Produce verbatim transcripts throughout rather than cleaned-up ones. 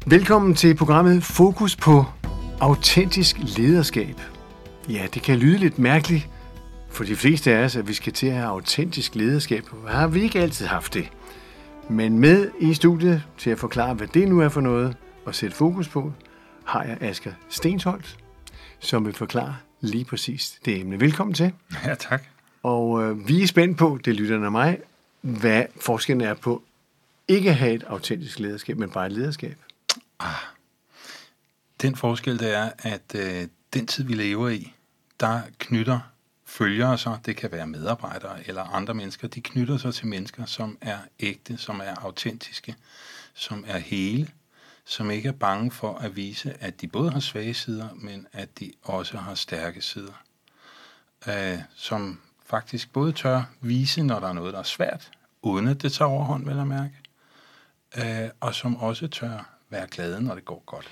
Velkommen til programmet Fokus på autentisk lederskab. Ja, det kan lyde lidt mærkeligt for de fleste af os, at vi skal til at have autentisk lederskab. Har vi ikke altid haft det. Men med i studiet til at forklare, hvad det nu er for noget, og sætte fokus på, har jeg Asger Stensholt, som vil forklare lige præcis det emne. Velkommen til. Ja, tak. Og øh, vi er spændt på, det lytterne af mig, hvad forskellen er på ikke at have et autentisk lederskab, men bare et lederskab. Ah, den forskel, det er, at øh, den tid, vi lever i, der knytter følgere sig, det kan være medarbejdere eller andre mennesker, de knytter sig til mennesker, som er ægte, som er autentiske, som er hele, som ikke er bange for at vise, at de både har svage sider, men at de også har stærke sider. Øh, som faktisk både tør vise, når der er noget, der er svært, uden at det tager overhånd, vel at mærke, øh, og som også tør være glade, når det går godt.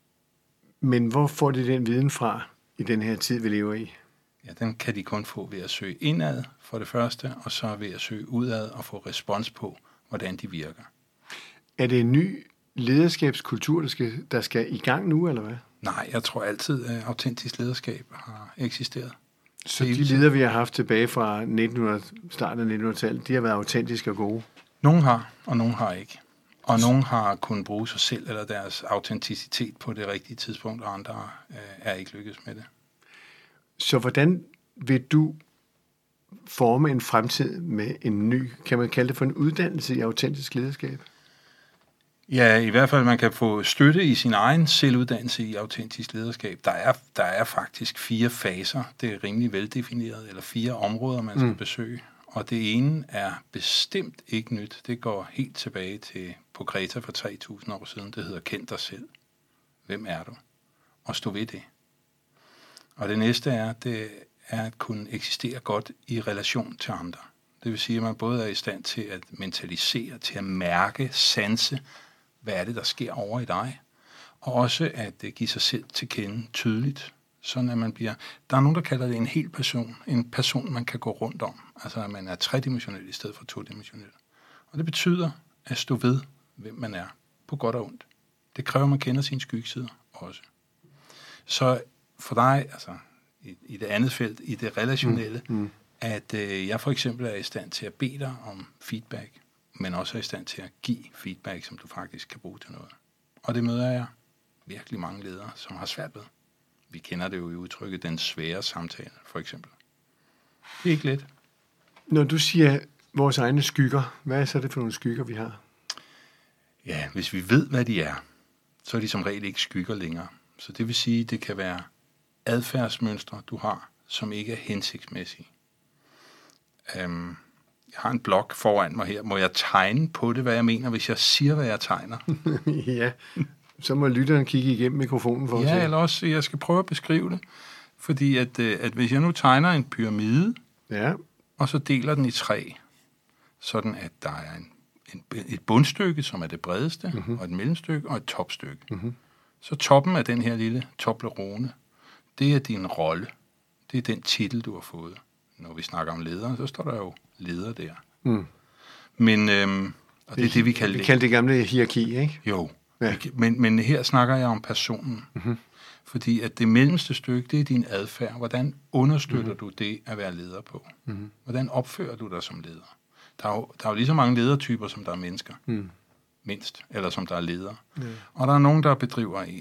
Men hvor får de den viden fra i den her tid, vi lever i? Ja, den kan de kun få ved at søge indad for det første, og så ved at søge udad og få respons på, hvordan de virker. Er det en ny lederskabskultur, der skal, der skal i gang nu, eller hvad? Nej, jeg tror altid, at autentisk lederskab har eksisteret. Så de ledere, vi har haft tilbage fra nitten hundrede, starten af nitten hundrede-tallet, de har været autentiske og gode? Nogle har, og nogle har ikke. Og nogle har kunnet bruge sig selv eller deres autenticitet på det rigtige tidspunkt, og andre øh, er ikke lykkedes med det. Så hvordan vil du forme en fremtid med en ny, kan man kalde det for en uddannelse i autentisk lederskab? Ja, i hvert fald man kan få støtte i sin egen selvuddannelse i autentisk lederskab. Der er, der er faktisk fire faser, det er rimelig veldefineret, eller fire områder, man skal mm. besøge. Og det ene er bestemt ikke nyt. Det går helt tilbage til på Kreta for tre tusind år siden. Det hedder kend dig selv. Hvem er du? Og stå ved det. Og det næste er, det er at kunne eksistere godt i relation til andre. Det vil sige, at man både er i stand til at mentalisere, til at mærke, sanse, hvad er det, der sker over i dig. Og også at give sig selv til kende tydeligt. Sådan at man bliver, der er nogen, der kalder det en hel person. En person, man kan gå rundt om. Altså at man er tredimensionel i stedet for todimensionel. Og det betyder at stå ved, hvem man er. På godt og ondt. Det kræver, at man kender sine skyggesider også. Så for dig, altså i, i det andet felt, i det relationelle, mm, mm. at øh, jeg for eksempel er i stand til at bede dig om feedback, men også er i stand til at give feedback, som du faktisk kan bruge til noget. Og det møder jeg virkelig mange ledere, som har svært ved. Vi kender det jo i udtrykket den svære samtale, for eksempel. Det er ikke let. Når du siger vores egne skygger, hvad er så det for nogle skygger, vi har? Ja, hvis vi ved, hvad de er, så er de som regel ikke skygger længere. Så det vil sige, det kan være adfærdsmønstre, du har, som ikke er hensigtsmæssige. Um, jeg har en blok foran mig her. Må jeg tegne på det, hvad jeg mener, hvis jeg siger, hvad jeg tegner? Ja, så må lytteren kigge igennem mikrofonen for ja, at se. Eller også, jeg skal prøve at beskrive det. Fordi at, at hvis jeg nu tegner en pyramide, ja. og så deler den i tre, sådan at der er en, en, et bundstykke, som er det bredeste, mm-hmm. og et mellemstykke og et topstykke. Mm-hmm. Så toppen af den her lille Toblerone, det er din rolle. Det er den titel, du har fået. Når vi snakker om ledere, så står der jo leder der. Mm. Men, øhm, og det er det, vi kalder det. Vi kalder det gamle hierarki, ikke? Jo. Ja. Men, men her snakker jeg om personen. Mm-hmm. Fordi at det mellemste stykke, det er din adfærd. Hvordan understøtter mm-hmm. du det at være leder på? Mm-hmm. Hvordan opfører du dig som leder? Der er, jo, der er jo lige så mange ledertyper, som der er mennesker. Mm. Mindst. Eller som der er ledere. Mm. Og der er nogen, der bedriver i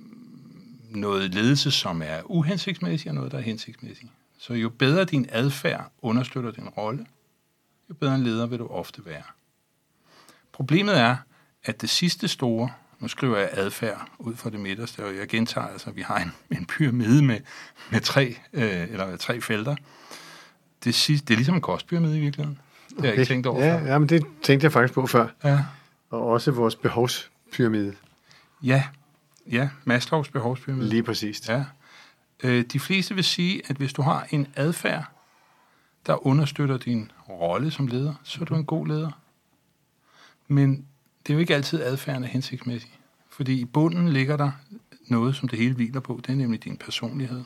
noget ledelse, som er uhensigtsmæssigt, og noget, der er hensigtsmæssigt. Så jo bedre din adfærd understøtter din rolle, jo bedre en leder vil du ofte være. Problemet er, at det sidste store, nu skriver jeg adfærd ud fra det midterste, og jeg gentager, altså vi har en, en pyramide med, med tre, øh, eller tre felter. Det, sidste, det er ligesom en kostpyramide i virkeligheden. Det har okay. jeg ikke tænkt over ja, før. Ja, men det tænkte jeg faktisk på før. Ja. Og også vores behovspyramide. Ja, ja, Maslows behovspyramide. Lige præcis. Ja. De fleste vil sige, at hvis du har en adfærd, der understøtter din rolle som leder, så er du en god leder. Men det er jo ikke altid adfærden er hensigtsmæssig. Fordi i bunden ligger der noget, som det hele hviler på. Det er nemlig din personlighed.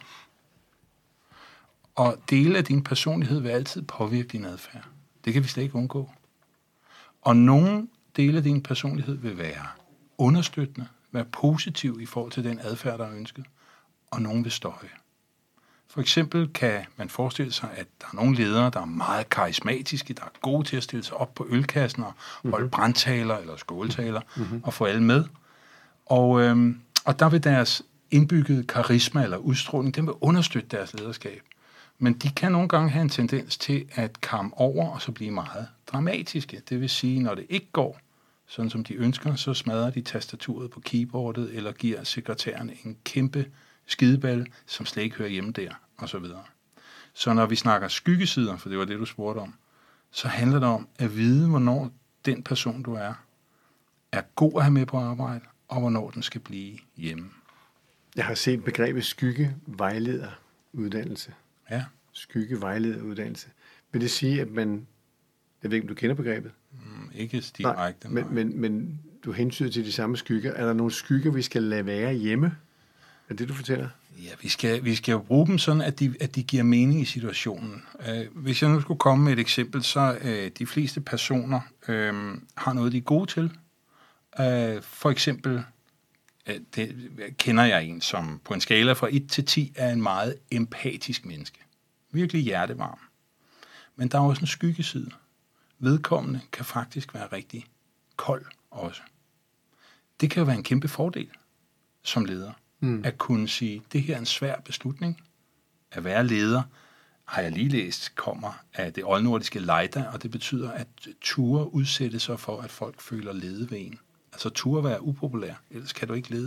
Og dele af din personlighed vil altid påvirke din adfærd. Det kan vi slet ikke undgå. Og nogle dele af din personlighed vil være understøttende, være positiv i forhold til den adfærd, der er ønsket, og nogen vil støje. For eksempel kan man forestille sig, at der er nogle ledere, der er meget karismatiske, der er gode til at stille sig op på ølkassen og holde mm-hmm. brandtaler eller skåltaler mm-hmm. og få alle med. Og, øhm, og der vil deres indbyggede karisma eller udstråling, den vil understøtte deres lederskab. Men de kan nogle gange have en tendens til at kamme over og så blive meget dramatiske. Det vil sige, når det ikke går, sådan som de ønsker, så smadrer de tastaturet på keyboardet eller giver sekretæren en kæmpe skideball, som slet ikke hører hjemme der, og så videre. Så når vi snakker skyggesider, for det var det, du spurgte om, så handler det om at vide, hvornår den person, du er, er god at have med på arbejde, og hvornår den skal blive hjemme. Jeg har set begrebet skyggevejlederuddannelse. Ja. Skyggevejlederuddannelse. Vil det sige, at man... Jeg ved ikke, om du kender begrebet? Mm, ikke direkte. Men, men, men du hensyder til de samme skygger. Er der nogle skygger, vi skal lade være hjemme? Er det, du fortæller? Ja, vi skal, vi skal jo bruge dem sådan, at de, at de giver mening i situationen. Uh, hvis jeg nu skulle komme med et eksempel, så uh, de fleste personer uh, har noget, de er gode til. Uh, for eksempel, uh, det kender jeg en, som på en skala fra et til ti er en meget empatisk menneske. Virkelig hjertevarm. Men der er også en skyggeside. Vedkommende kan faktisk være rigtig kold også. Det kan jo være en kæmpe fordel som leder. Mm. At kunne sige, det her er en svær beslutning. At være leder, har jeg lige læst, kommer af det oldnordiske leida, og det betyder, at ture udsætte sig for, at folk føler lede ved en. Altså ture være upopulær, ellers kan du ikke lede.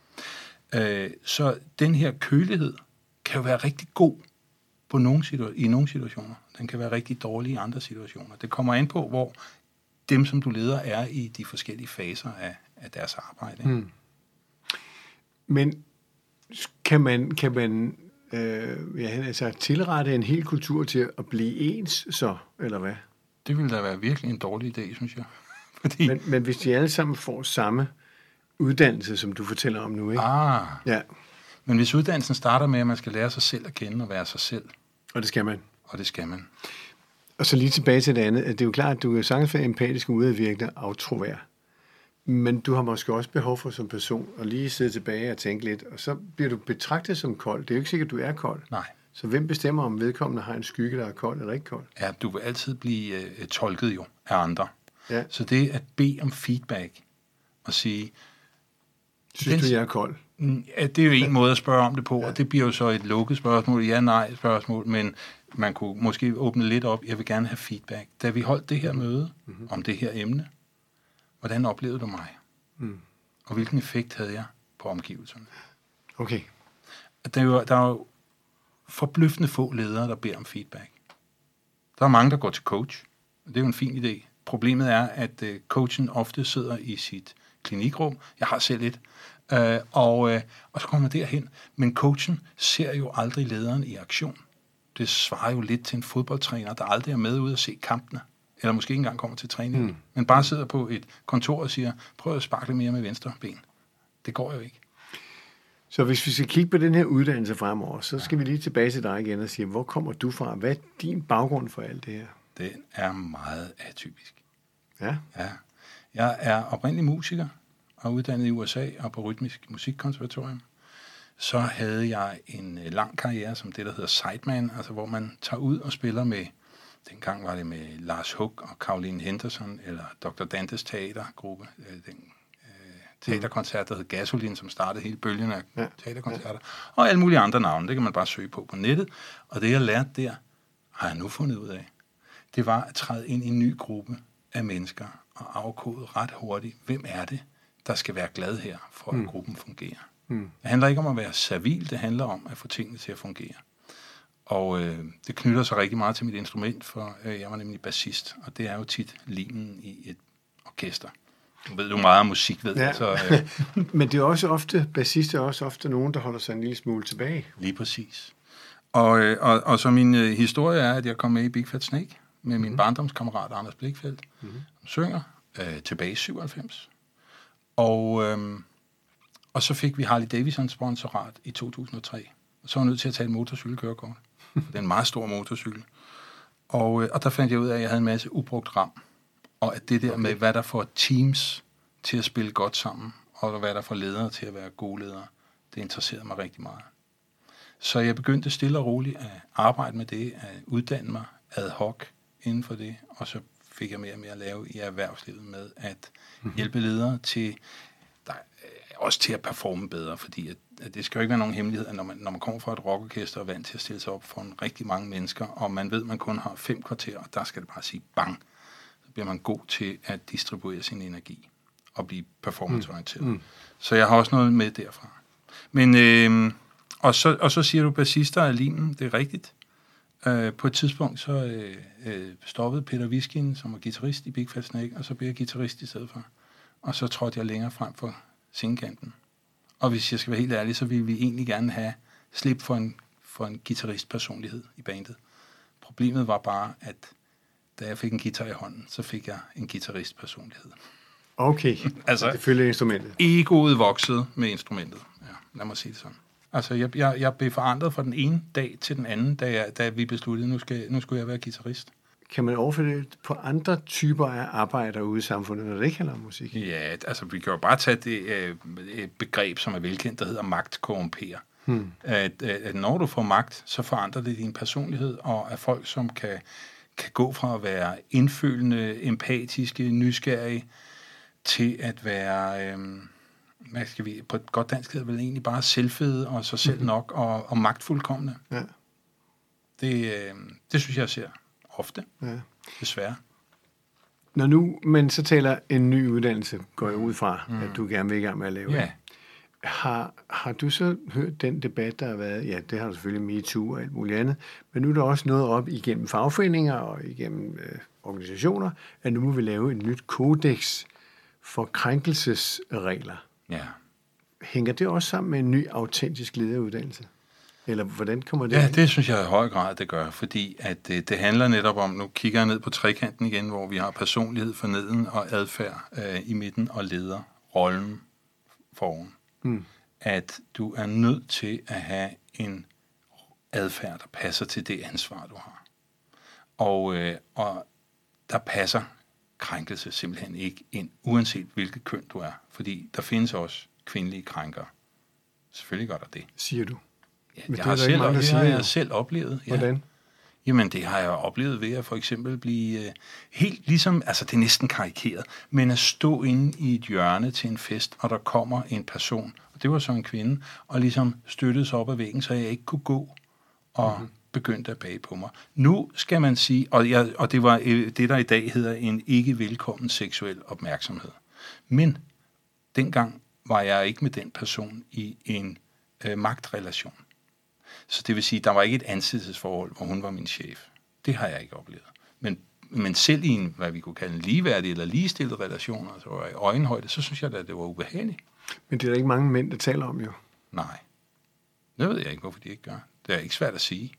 Øh, så den her kølighed kan jo være rigtig god på nogle situa- i nogle situationer. Den kan være rigtig dårlig i andre situationer. Det kommer an på, hvor dem, som du leder, er i de forskellige faser af, af deres arbejde. Mm. Men kan man, kan man øh, ja, altså, tilrette en hel kultur til at blive ens, så, eller hvad? Det ville da være virkelig en dårlig idé, synes jeg. Fordi... Men, men hvis de alle sammen får samme uddannelse, som du fortæller om nu, ikke? Ah, ja. Men hvis uddannelsen starter med, at man skal lære sig selv at kende og være sig selv. Og det skal man. Og det skal man. Og så lige tilbage til det andet. At det er jo klart, at du er sagtens være empatisk og udadvirkende autrovær. Men du har måske også behov for som person at lige sidde tilbage og tænke lidt, og så bliver du betragtet som kold. Det er jo ikke sikkert, at du er kold. Nej. Så hvem bestemmer, om vedkommende har en skygge, der er kold eller ikke kold? Ja, du vil altid blive øh, tolket jo af andre. Ja. Så det at bede om feedback og sige... Synes den, du, jeg er kold? Ja, det er jo en måde at spørge om det på, ja. Og det bliver jo så et lukket spørgsmål, ja-nej spørgsmål, men man kunne måske åbne lidt op. Jeg vil gerne have feedback. Da vi holdt det her møde mm-hmm. om det her emne, hvordan oplevede du mig? Mm. Og hvilken effekt havde jeg på omgivelserne? Okay. Der er jo, der er jo forbløffende få ledere, der beder om feedback. Der er mange, der går til coach. Det er jo en fin idé. Problemet er, at uh, coachen ofte sidder i sit klinikrum. Jeg har selv et. Uh, og, uh, og så kommer man derhen. Men coachen ser jo aldrig lederen i aktion. Det svarer jo lidt til en fodboldtræner, der aldrig er med ud at se kampene. Eller måske ikke engang kommer til træning. Mm. Men bare sidder på et kontor og siger, prøv at sparkle mere med venstre ben. Det går jo ikke. Så hvis vi skal kigge på den her uddannelse fremover, så skal ja. vi lige tilbage til dig igen og sige, hvor kommer du fra? Hvad er din baggrund for alt det her? Den er meget atypisk. Ja? Ja. Jeg er oprindelig musiker og uddannet i U S A og på Rytmisk Musikkonservatorium. Så havde jeg en lang karriere som det, der hedder sideman, altså hvor man tager ud og spiller med, dengang var det med Lars Hug og Caroline Henderson, eller doktor Dantes teatergruppe, den teaterkoncert, der hed Gasolin, som startede hele bølgen af ja. teaterkoncerter, og alle mulige andre navne, det kan man bare søge på på nettet, og det jeg lærte der, har jeg nu fundet ud af, det var at træde ind i en ny gruppe af mennesker, og afkode ret hurtigt, hvem er det, der skal være glad her, for at mm. gruppen fungerer. Mm. Det handler ikke om at være servil, det handler om at få tingene til at fungere. Og øh, det knytter sig rigtig meget til mit instrument, for øh, jeg var nemlig bassist, og det er jo tit limen i et orkester. Du ved du meget om musik, ved ja. så, øh. Men det er også ofte, bassister er også ofte nogen, der holder sig en lille smule tilbage. Lige præcis. Og, øh, og, og så min øh, historie er, at jeg kom med i Big Fat Snake med min mm-hmm. barndomskammerat Anders Blikfeldt, mm-hmm. som synger øh, tilbage i syvoghalvfems. Og, øh, og så fik vi Harley Davidson sponsorat i to tusind og tre. Så var jeg nødt til at tage et motorcykelkørekort. Det er en meget stor motorcykel. Og, øh, og der fandt jeg ud af, at jeg havde en masse ubrugt ram. Og at det der okay. med, hvad der får teams til at spille godt sammen, og hvad der får ledere til at være gode ledere. Det interesserede mig rigtig meget. Så jeg begyndte stille og roligt at arbejde med det, at uddanne mig ad hoc inden for det, og så fik jeg mere og mere at lave i erhvervslivet med at hjælpe ledere til, der, også til at performe bedre, fordi at, at det skal jo ikke være nogen hemmelighed, at når man, når man kommer fra et rockorkester og er vant til at stille sig op for en rigtig mange mennesker, og man ved, at man kun har fem kvarter, og der skal det bare sige bang, så bliver man god til at distribuere sin energi og blive performanceorienteret. Mm. Mm. Så jeg har også noget med derfra. Men, øh, og, så, og så siger du, bassister er limen, det er rigtigt. Uh, på et tidspunkt så øh, øh, stoppede Peter Viskin, som var guitarist i Big Fat Snake, og så blev jeg guitarist i stedet for. Og så trådte jeg længere frem for singkanten. Og hvis jeg skal være helt ærlig, så ville vi egentlig gerne have slip for en, for en guitaristpersonlighed i bandet. Problemet var bare, at da jeg fik en guitar i hånden, så fik jeg en guitaristpersonlighed. Okay, altså, det følger instrumentet. Egoet voksede med instrumentet. Ja, lad mig sige det sådan. Altså, jeg, jeg, jeg blev forandret fra den ene dag til den anden, da, jeg, da vi besluttede, nu, skal, nu skulle jeg være guitarist. Kan man overføre det på andre typer af arbejder ude i samfundet, når det ikke handler om musik? Ja, altså, vi kan jo bare tage det øh, et begreb, som er velkendt, der hedder magt korrumperer. Hmm. At, at når du får magt, så forandrer det din personlighed, og er folk, som kan, kan gå fra at være indfølende, empatiske, nysgerrige, til at være... Øh, hvad skal vi, på et godt dansk hedder vel egentlig bare selvfede og sig selv nok og, og magtfuldkomne. Ja. Det, øh, det synes jeg ser ofte, ja. Desværre. Når nu man så taler en ny uddannelse, går jeg ud fra, mm. at du gerne vil i gang med at lave. Ja. Har, har du så hørt den debat, der har været, ja, det har du selvfølgelig MeToo og alt muligt andet, men nu er der også noget op igennem fagforeninger og igennem øh, organisationer, at nu må vi lave et nyt kodex for krænkelsesregler. Ja. Hænger det også sammen med en ny, autentisk lederuddannelse? Eller hvordan kommer det Ja, ind? det synes jeg i høj grad, det gør, fordi at det, det handler netop om, nu kigger jeg ned på trekanten igen, hvor vi har personlighed for neden og adfærd øh, i midten og leder rollen foran. Mm. At du er nødt til at have en adfærd, der passer til det ansvar, du har. Og, øh, og der passer krænkelse simpelthen ikke ind, uanset hvilket køn du er. Fordi der findes også kvindelige krænkere. Selvfølgelig gør der det. Siger du? Ja, det, det har, selv, mange, det har jeg selv oplevet. Ja. Hvordan? Jamen, det har jeg oplevet ved at for eksempel blive øh, helt ligesom, altså det er næsten karikeret, men at stå inde i et hjørne til en fest, og der kommer en person, og det var så en kvinde, og ligesom støttede sig op ad væggen, så jeg ikke kunne gå og mm-hmm. begyndte at bage på mig. Nu skal man sige, og, jeg, og det var øh, det, der i dag hedder en ikke velkommen seksuel opmærksomhed. Men dengang var jeg ikke med den person i en øh, magtrelation. Så det vil sige, der var ikke et ansættelsesforhold, hvor hun var min chef. Det har jeg ikke oplevet. Men, men selv i en, hvad vi kunne kalde en ligeværdig eller ligestillet relation, altså i øjenhøjde, så synes jeg da, at det var ubehageligt. Men det er der ikke mange mænd, der taler om jo. Nej. Det ved jeg ikke, hvorfor de ikke gør. Det er ikke svært at sige.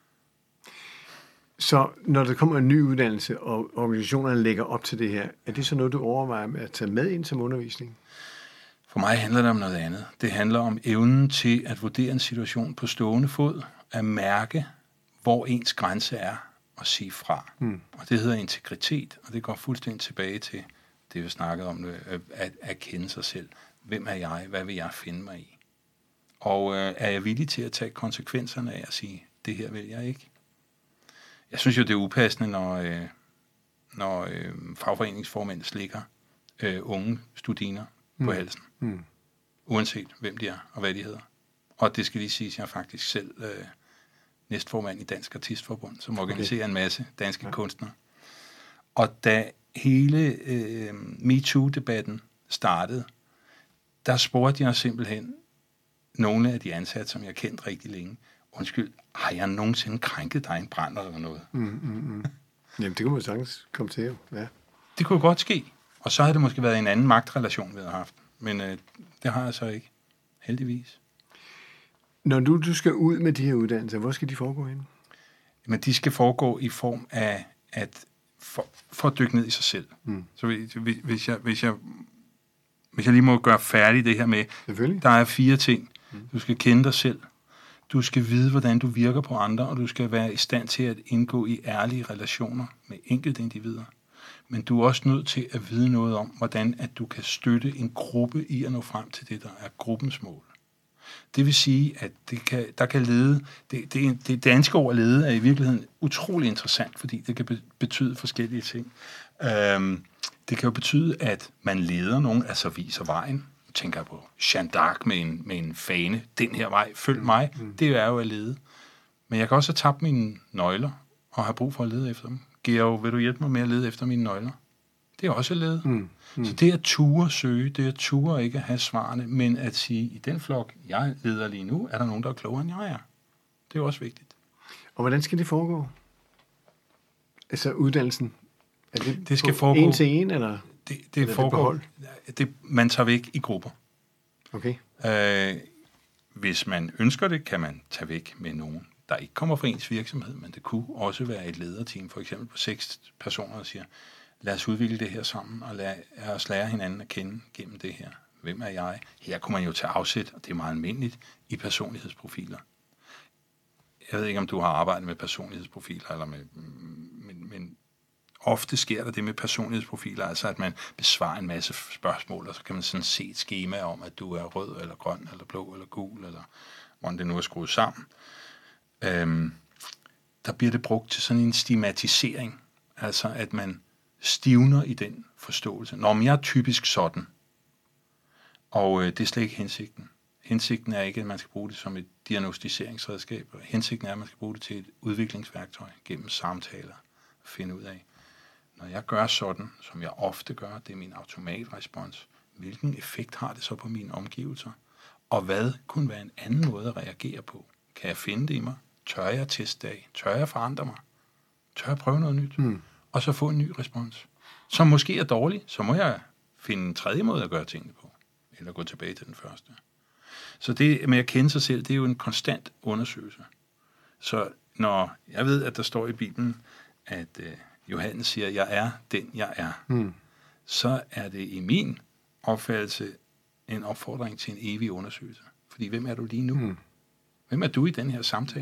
Så når der kommer en ny uddannelse, og organisationerne lægger op til det her, er det så noget, du overvejer med at tage med ind som undervisning? For mig handler det om noget andet. Det handler om evnen til at vurdere en situation på stående fod, at mærke, hvor ens grænse er, og sige fra. Mm. Og det hedder integritet, og det går fuldstændig tilbage til det, vi snakkede om, at, at kende sig selv. Hvem er jeg? Hvad vil jeg finde mig i? Og øh, er jeg villig til at tage konsekvenserne af at sige, det her vil jeg ikke? Jeg synes jo, det er upassende, når, øh, når øh, fagforeningsformænd slikker øh, unge studiner på mm. halsen. Mm. Uanset hvem de er og hvad de hedder. Og det skal lige sige, at jeg er faktisk selv øh, næstformand i Dansk Artistforbund, som organiserer okay. en masse danske ja. kunstnere. Og da hele øh, MeToo-debatten startede, der spurgte jeg simpelthen nogle af de ansatte, som jeg kendt rigtig længe, undskyld, har jeg nogensinde krænket dig en brænder eller noget? Mm, mm, mm. Jamen, det kunne man sagtens komme til, ja. Det kunne godt ske. Og så havde det måske været en anden magtrelation, vi havde haft. Men øh, det har jeg så ikke. Heldigvis. Når du, du skal ud med de her uddannelser, hvor skal de foregå hen? Men de skal foregå i form af at for, for at dykke ned i sig selv. Mm. Så hvis jeg, hvis, jeg, hvis jeg lige må gøre færdig det her med, der er fire ting. Mm. Du skal kende dig selv. Du skal vide, hvordan du virker på andre, og du skal være i stand til at indgå i ærlige relationer med enkelte individer. men du er også nødt til at vide noget om, hvordan at du kan støtte en gruppe i at nå frem til det, der er gruppens mål. Det vil sige, at det kan, der kan lede, det, det, det danske ord lede er i virkeligheden utrolig interessant, fordi det kan betyde forskellige ting. Øhm, det kan jo betyde, at man leder nogen, altså viser vejen. Jeg tænker på Jeanne d'Arc med en, med en fane. Den her vej, følg mig. Mm. Det er jo at lede. Men jeg kan også have tabt mine nøgler og have brug for at lede efter dem. Georg, vil du hjælpe mig med at lede efter mine nøgler? Det er også at lede. Mm. Mm. Så det er at ture søge, det er at ture ikke at have svarene, men at sige, i den flok, jeg leder lige nu, er der nogen, der er klogere end jeg er. Det er også vigtigt. Og hvordan skal det foregå? Altså uddannelsen? Er det, det skal foregå en til en, eller? Det, det eller foregår, det, det man tager væk i grupper. Okay. Øh, hvis man ønsker det, kan man tage væk med nogen, der ikke kommer fra ens virksomhed, men det kunne også være et lederteam, for eksempel på seks personer, der siger, lad os udvikle det her sammen, og lad os lære hinanden at kende gennem det her. Hvem er jeg? Her kunne man jo tage afsæt, og det er meget almindeligt, i personlighedsprofiler. Jeg ved ikke, om du har arbejdet med personlighedsprofiler, eller med, men, men ofte sker der det med personlighedsprofiler, altså at man besvarer en masse spørgsmål, og så kan man sådan se et skema om, at du er rød, eller grøn, eller blå, eller gul, eller hvordan det nu er skruet sammen. Øhm, der bliver det brugt til sådan en stigmatisering, altså at man stivner i den forståelse. Nå, men jeg er typisk sådan. Og øh, det er slet ikke hensigten. Hensigten er ikke, at man skal bruge det som et diagnostiseringsredskab. Hensigten er, at man skal bruge det til et udviklingsværktøj gennem samtaler. At finde ud af, når jeg gør sådan, som jeg ofte gør, det er min automatrespons, hvilken effekt har det så på mine omgivelser? Og hvad kunne være en anden måde at reagere på? Kan jeg finde det i mig? Tør jeg teste af? Tør jeg forandre mig? Tør jeg prøve noget nyt? Mm. Og så få en ny respons, som måske er dårlig, så må jeg finde en tredje måde at gøre tingene på, eller gå tilbage til den første. Så det med at kende sig selv, det er jo en konstant undersøgelse. Så når jeg ved, at der står i Bibelen, at øh, Johannes siger, jeg er den, jeg er, mm. så er det i min opfattelse en opfordring til en evig undersøgelse. Fordi hvem er du lige nu? Mm. Hvem er du i den her samtale?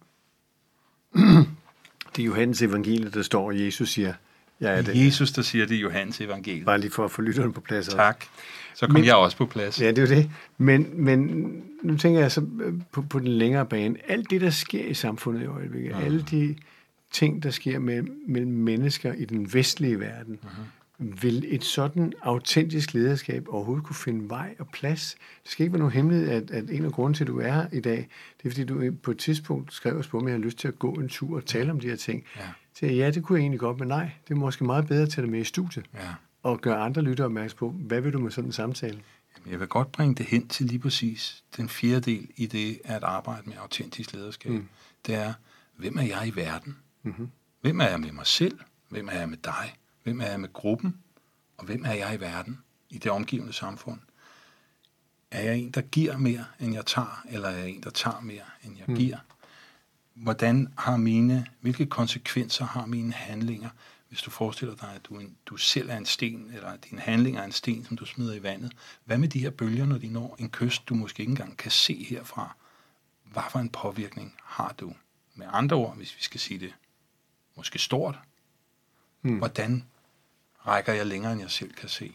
Ja. Det er Johannes evangeliet, der står, og Jesus siger, jeg er det. Jesus, der siger det i Johannes evangeliet. Bare lige for at få lytteren på plads. Tak. Også. Så kom men, jeg også på plads. Ja, det er jo det. Men, men nu tænker jeg så på, på den længere bane. Alt det, der sker i samfundet i øjeblikket, uh-huh. alle de ting, der sker mellem, mellem mennesker i den vestlige verden, uh-huh. vil et sådan autentisk lederskab overhovedet kunne finde vej og plads? Det skal ikke være nogen hemmelighed, at, at en af grunden til, at du er her i dag, det er, fordi du på et tidspunkt skrev os på, at jeg har lyst til at gå en tur og tale om de her ting. Ja. Så ja, det kunne jeg egentlig godt, men nej, det er måske meget bedre at tage det med i studiet, ja. Og gøre andre lyttere opmærksom på, hvad vil du med sådan en samtale? Jamen, jeg vil godt bringe det hen til lige præcis den fjerde del i det at arbejde med autentisk lederskab. Mm. Det er, hvem er jeg i verden? Mm-hmm. Hvem er jeg med mig selv? Hvem er jeg med dig? Hvem er jeg med gruppen? Og hvem er jeg i verden? I det omgivende samfund? Er jeg en, der giver mere, end jeg tager? Eller er jeg en, der tager mere, end jeg mm. giver? Hvordan har mine, hvilke konsekvenser har mine handlinger, hvis du forestiller dig, at du, en, du selv er en sten, eller at dine handlinger er en sten, som du smider i vandet? Hvad med de her bølger, når de når en kyst, du måske ikke engang kan se herfra? Hvad for en påvirkning har du? Med andre ord, hvis vi skal sige det måske stort, hmm. hvordan rækker jeg længere, end jeg selv kan se?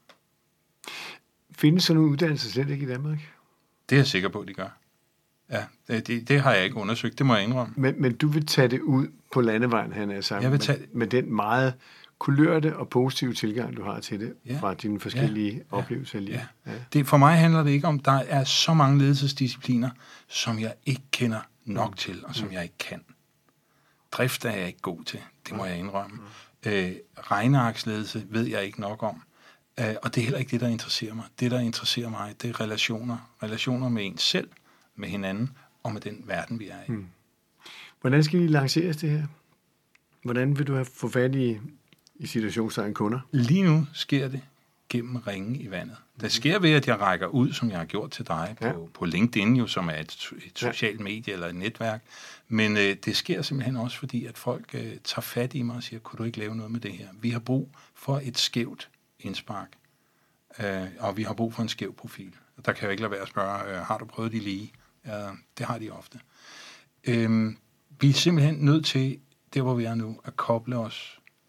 Findes sådan nogle uddannelser slet ikke i Danmark? Det er jeg sikker på, at de gør. Ja, det, det, det har jeg ikke undersøgt, det må jeg indrømme. Men, men du vil tage det ud på landevejen, han er sagt, jeg vil tage... med, med den meget kulørte og positive tilgang, du har til det, ja. Fra dine forskellige ja. Oplevelser. Ja. Ja. Det, for mig handler det ikke om, der er så mange ledelsesdiscipliner, som jeg ikke kender nok mm. til, og som mm. jeg ikke kan. Drift er jeg ikke god til, det må jeg indrømme. Mm. Øh, regnearksledelse ved jeg ikke nok om. Øh, og det er heller ikke det, der interesserer mig. Det, der interesserer mig, det er relationer. Relationer med en selv, med hinanden og med den verden, vi er i. Hmm. Hvordan skal I lanceres det her? Hvordan vil du have få fat i, i situationstegn kunder? Lige nu sker det gennem ringe i vandet. Det sker ved, at jeg rækker ud, som jeg har gjort til dig på, ja. på LinkedIn, jo, som er et, et socialt medie eller et netværk. Men øh, det sker simpelthen også, fordi at folk øh, tager fat i mig og siger, kunne du ikke lave noget med det her? Vi har brug for et skævt indspark, øh, og vi har brug for en skæv profil. Der kan jeg jo ikke lade være at spørge, øh, har du prøvet de lige? Ja, det har de ofte. Øh, vi er simpelthen nødt til, der hvor vi er nu, at koble os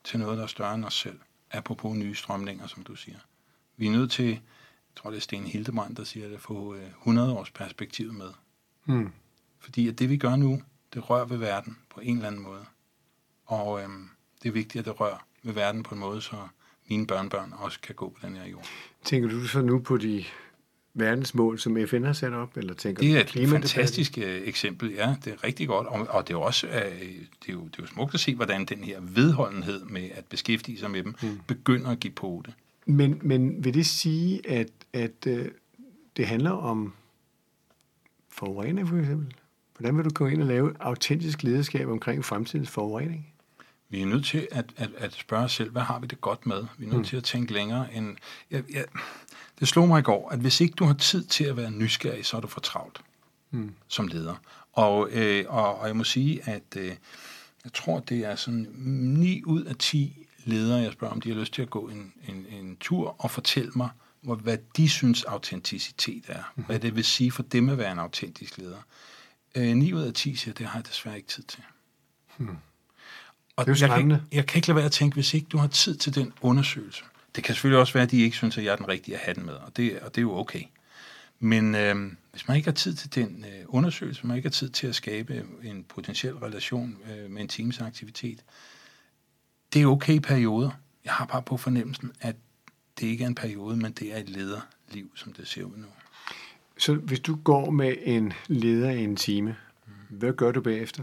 til noget, der er større end os selv. Apropos nye strømninger, som du siger. Vi er nødt til, jeg tror det er Sten Hildebrand, der siger det, at få hundrede års perspektiv med. Hmm. Fordi at det, vi gør nu, det rører ved verden på en eller anden måde. Og øhm, det er vigtigt, at det rører ved verden på en måde, så mine børnebørn også kan gå på den her jord. Tænker du så nu på de verdensmål, som F N har sat op? Eller tænker det er du et fantastisk uh, eksempel, ja. Det er rigtig godt. Og, og det er også uh, det er jo, det er jo smukt at se, hvordan den her vedholdenhed med at beskæftige sig med dem, hmm. begynder at give på det. Men, men vil det sige, at, at uh, det handler om forurening, for eksempel? Hvordan vil du gå ind og lave autentisk lederskab omkring fremtidens forurening? Vi er nødt til at, at, at spørge os selv, hvad har vi det godt med? Vi er nødt mm. til at tænke længere end... Ja, ja, det slog mig i går, at hvis ikke du har tid til at være nysgerrig, så er du for travlt mm. som leder. Og, øh, og, og jeg må sige, at øh, jeg tror, det er sådan ni ud af ti ledere, jeg spørger, om de har lyst til at gå en, en, en tur og fortælle mig, hvor, hvad de synes autenticitet er. Mm. Hvad det vil sige for dem at være en autentisk leder. Øh, ni ud af ti siger, det har jeg desværre ikke tid til. Mm. Og jeg kan, jeg kan ikke lade være at tænke, hvis ikke du har tid til den undersøgelse. Det kan selvfølgelig også være, at de ikke synes, at jeg er den rigtige at have den med, og det, og det er jo okay. Men øh, hvis man ikke har tid til den øh, undersøgelse, hvis man ikke har tid til at skabe en potentiel relation øh, med en teamsaktivitet, det er okay i perioder. Jeg har bare på fornemmelsen, at det ikke er en periode, men det er et lederliv, som det ser ud nu. Så hvis du går med en leder i en time, mm. hvad gør du bagefter?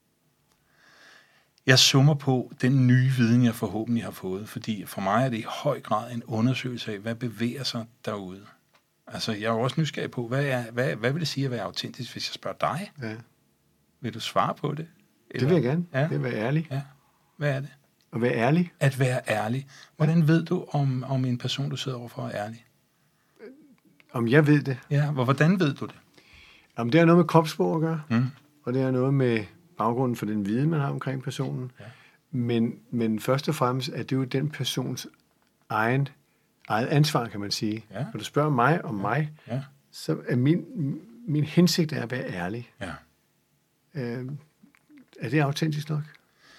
Jeg summer på den nye viden, jeg forhåbentlig har fået, fordi for mig er det i høj grad en undersøgelse af, hvad bevæger sig derude. Altså, jeg er jo også nysgerrig på, hvad, er, hvad, hvad vil det sige at være autentisk, hvis jeg spørger dig? Ja. Vil du svare på det? Eller? Det vil jeg gerne. Ja. Det vil være ærlig. Ja. Hvad er det? At være ærlig? At være ærlig. Hvordan ja. ved du, om, om en person, du sidder overfor, er ærlig? Om jeg ved det? Ja, hvordan ved du det? Jamen, det har noget med kropssprog at gøre, mm. og det har noget med baggrunden for den viden, man har omkring personen. Ja. Men, men først og fremmest er det jo den persons egen, eget ansvar, kan man sige. Ja. Når du spørger mig om ja. mig, ja. så er min, min hensigt er at være ærlig. Ja. Øh, er det autentisk nok?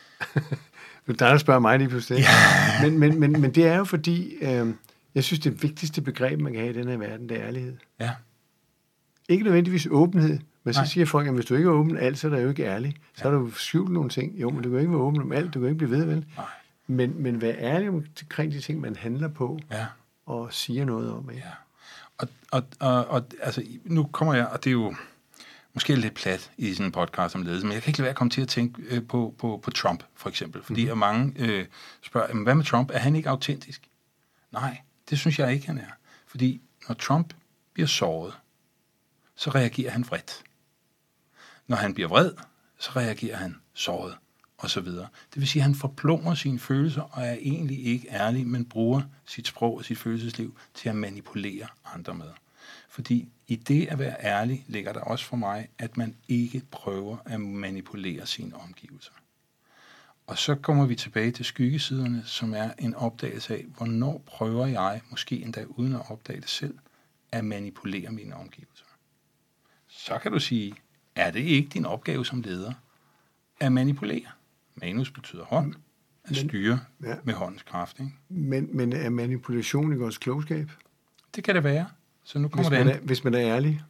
Du der spørger mig lige pludselig. Ja. Men, men, men, men det er jo fordi, øh, jeg synes, det vigtigste begreb, man kan have i den her verden, det er ærlighed. Ja. Ikke nødvendigvis åbenhed, men så Nej. siger folk, at hvis du ikke er åben alt, så er der jo ikke ærlig. Så ja. er du skjult nogle ting. Jo, men du kan ikke være åben om alt, du kan ikke blive ved, vel? Nej. Men, men vær ærlig omkring de ting, man handler på, ja. og siger noget om. Ikke? Ja. Og, og, og, og altså, nu kommer jeg, og det er jo måske lidt plat i sådan en podcast om ledelse, men jeg kan ikke lade være at komme til at tænke øh, på, på, på Trump, for eksempel. Fordi mm-hmm. mange øh, spørger, hvad med Trump? Er han ikke autentisk? Nej, det synes jeg ikke, han er. Fordi når Trump bliver såret, så reagerer han vredt. Når han bliver vred, så reagerer han såret, og så videre. Det vil sige, at han forplumrer sine følelser, og er egentlig ikke ærlig, men bruger sit sprog og sit følelsesliv til at manipulere andre med. Fordi i det at være ærlig, ligger der også for mig, at man ikke prøver at manipulere sine omgivelser. Og så kommer vi tilbage til skyggesiderne, som er en opdagelse af, hvornår prøver jeg, måske endda uden at opdage det selv, at manipulere mine omgivelser. Så kan du sige, er det ikke din opgave som leder at manipulere? Manus betyder hånd, at men, styre ja. med håndens kraft. Ikke? Men, men er manipulation ikke også klogskab? Det kan det være. Så nu kommer hvis, det man an. Er, hvis man er ærlig?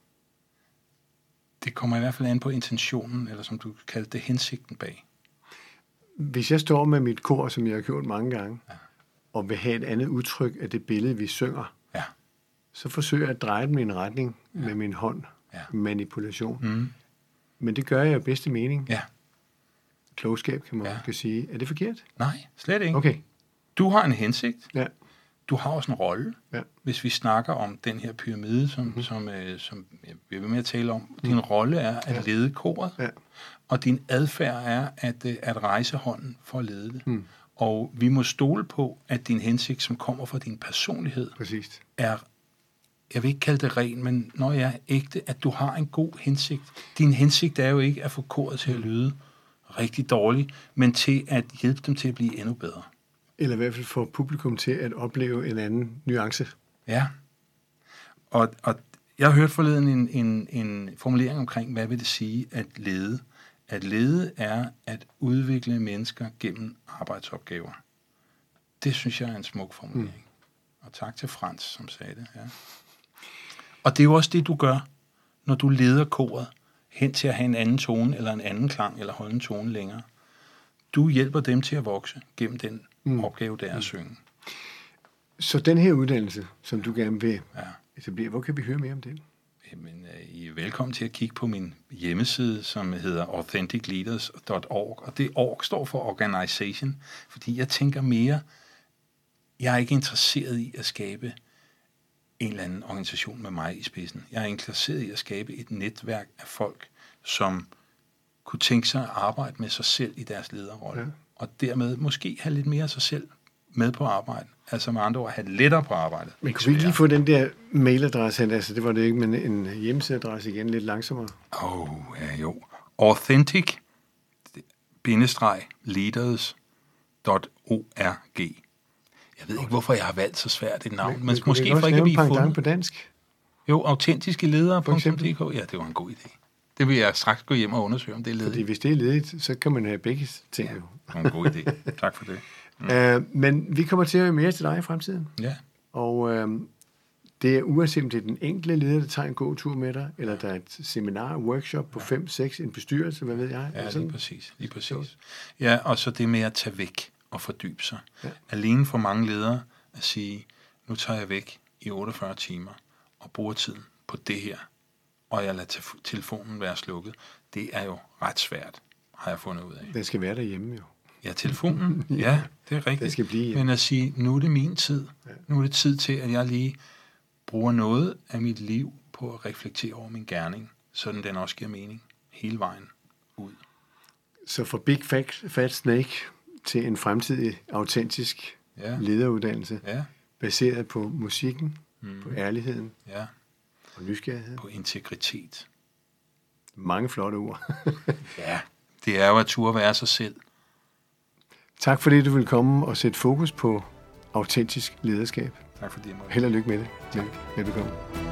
Det kommer i hvert fald an på intentionen, eller som du kalder det, hensigten bag. Hvis jeg står med mit kor, som jeg har gjort mange gange, ja. og vil have et andet udtryk af det billede, vi synger, ja. så forsøger jeg at dreje dem i en retning ja. med min hånd. Ja. Manipulation. Mm. Men det gør jeg i bedste mening. Ja. Klogskab, kan man ja. kan sige. Er det forkert? Nej, slet ikke. Okay. Du har en hensigt. Ja. Du har også en rolle. Ja. Hvis vi snakker om den her pyramide, som, mm. som, øh, som vi vil med at tale om. Mm. Din rolle er at ja. lede koret. Ja. Og din adfærd er at, øh, at rejse hånden for at lede det. Mm. Og vi må stole på, at din hensigt, som kommer fra din personlighed, Præcis. er, jeg vil ikke kalde det ren, men når jeg er ægte, at du har en god hensigt. Din hensigt er jo ikke at få koret til at lyde rigtig dårligt, men til at hjælpe dem til at blive endnu bedre. Eller i hvert fald få publikum til at opleve en anden nuance. Ja. Og, og jeg har hørt forleden en, en, en formulering omkring, hvad vil det sige at lede? At lede er at udvikle mennesker gennem arbejdsopgaver. Det synes jeg er en smuk formulering. Mm. Og tak til Frans, som sagde det. Ja. Og det er jo også det, du gør, når du leder koret hen til at have en anden tone, eller en anden klang, eller holde en tone længere. Du hjælper dem til at vokse gennem den mm. opgave, der er at synge. Så den her uddannelse, som du gerne vil ja. etablere, hvor kan vi høre mere om det? Jamen, I er velkommen til at kigge på min hjemmeside, som hedder authentic leaders dot org, og det org står for organization, fordi jeg tænker mere, jeg er ikke interesseret i at skabe en eller anden organisation med mig i spidsen. Jeg er interesseret i at skabe et netværk af folk, som kunne tænke sig at arbejde med sig selv i deres lederrolle, ja. Og dermed måske have lidt mere af sig selv med på arbejde. Altså med andre ord, have lettere på arbejdet. Men kunne vi ikke lige få den der mailadresse hen? Altså det var det ikke, men en hjemmesideadresse igen lidt langsommere. Åh, oh, ja jo. authentic leaders dot org. Jeg ved ikke, hvorfor jeg har valgt så svært et navn, men, men måske for ikke at blive fundet. På dansk? Jo, autentiske ledere punktum d k. Ja, det var en god idé. Det vil jeg straks gå hjem og undersøge, om det er ledigt. Fordi hvis det er ledigt, så kan man have begge ting. Ja, det var en god idé. Tak for det. Mm. Uh, men vi kommer til at høre mere til dig i fremtiden. Ja. Og uh, det er uanset om det er den enkelte leder, der tager en god tur med dig, eller der er et seminar, workshop på fem, seks, en bestyrelse, hvad ved jeg? Ja, lige præcis. Lige præcis. Ja, og så det med at tage væk og fordybe sig. Ja. Alene for mange ledere at sige, nu tager jeg væk i otteogfyrre timer og bruger tiden på det her, og jeg lader telefonen være slukket. Det er jo ret svært, har jeg fundet ud af. Den skal være derhjemme jo. Ja, telefonen. Ja, det er rigtigt. Den skal blive, ja. Men at sige, nu er det min tid. Ja. Nu er det tid til, at jeg lige bruger noget af mit liv på at reflektere over min gerning, sådan den også giver mening hele vejen ud. Så fra Big Fat, Fat Snake til en fremtidig, autentisk ja. lederuddannelse, ja. baseret på musikken, mm. på ærligheden, ja. og nysgerrighed. På integritet. Mange flotte ord. Ja, det er jo at turde være sig selv. Tak fordi du vil komme og sætte fokus på autentisk lederskab. Tak fordi jeg måtte. Held og lykke med det. Tak. Velbekomme.